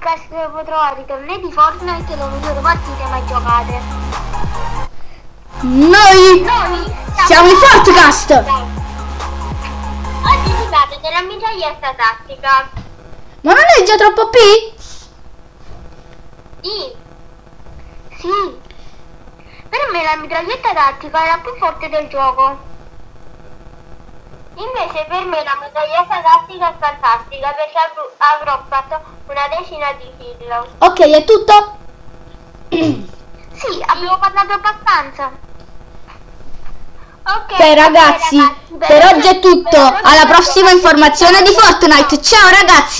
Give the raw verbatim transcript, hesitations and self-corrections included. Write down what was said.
podcast trovare tornei di Fortnite e le migliori partite mai giocate. Noi, Noi siamo i Fortcast. Oggi si parla della mitraglietta tattica. Ma non è già troppo P? Sì. Sì. Per me la mitraglietta tattica è la più forte del gioco. Invece per me la mitraglietta tattica è fantastica perché avr- avrò fatto una decina di kill. Ok, è tutto? Sì, abbiamo parlato abbastanza. Ok, Ok ragazzi, ok, ragazzi, per oggi è tutto. per oggi Alla è tutto. prossima informazione di Fortnite. Ciao ragazzi.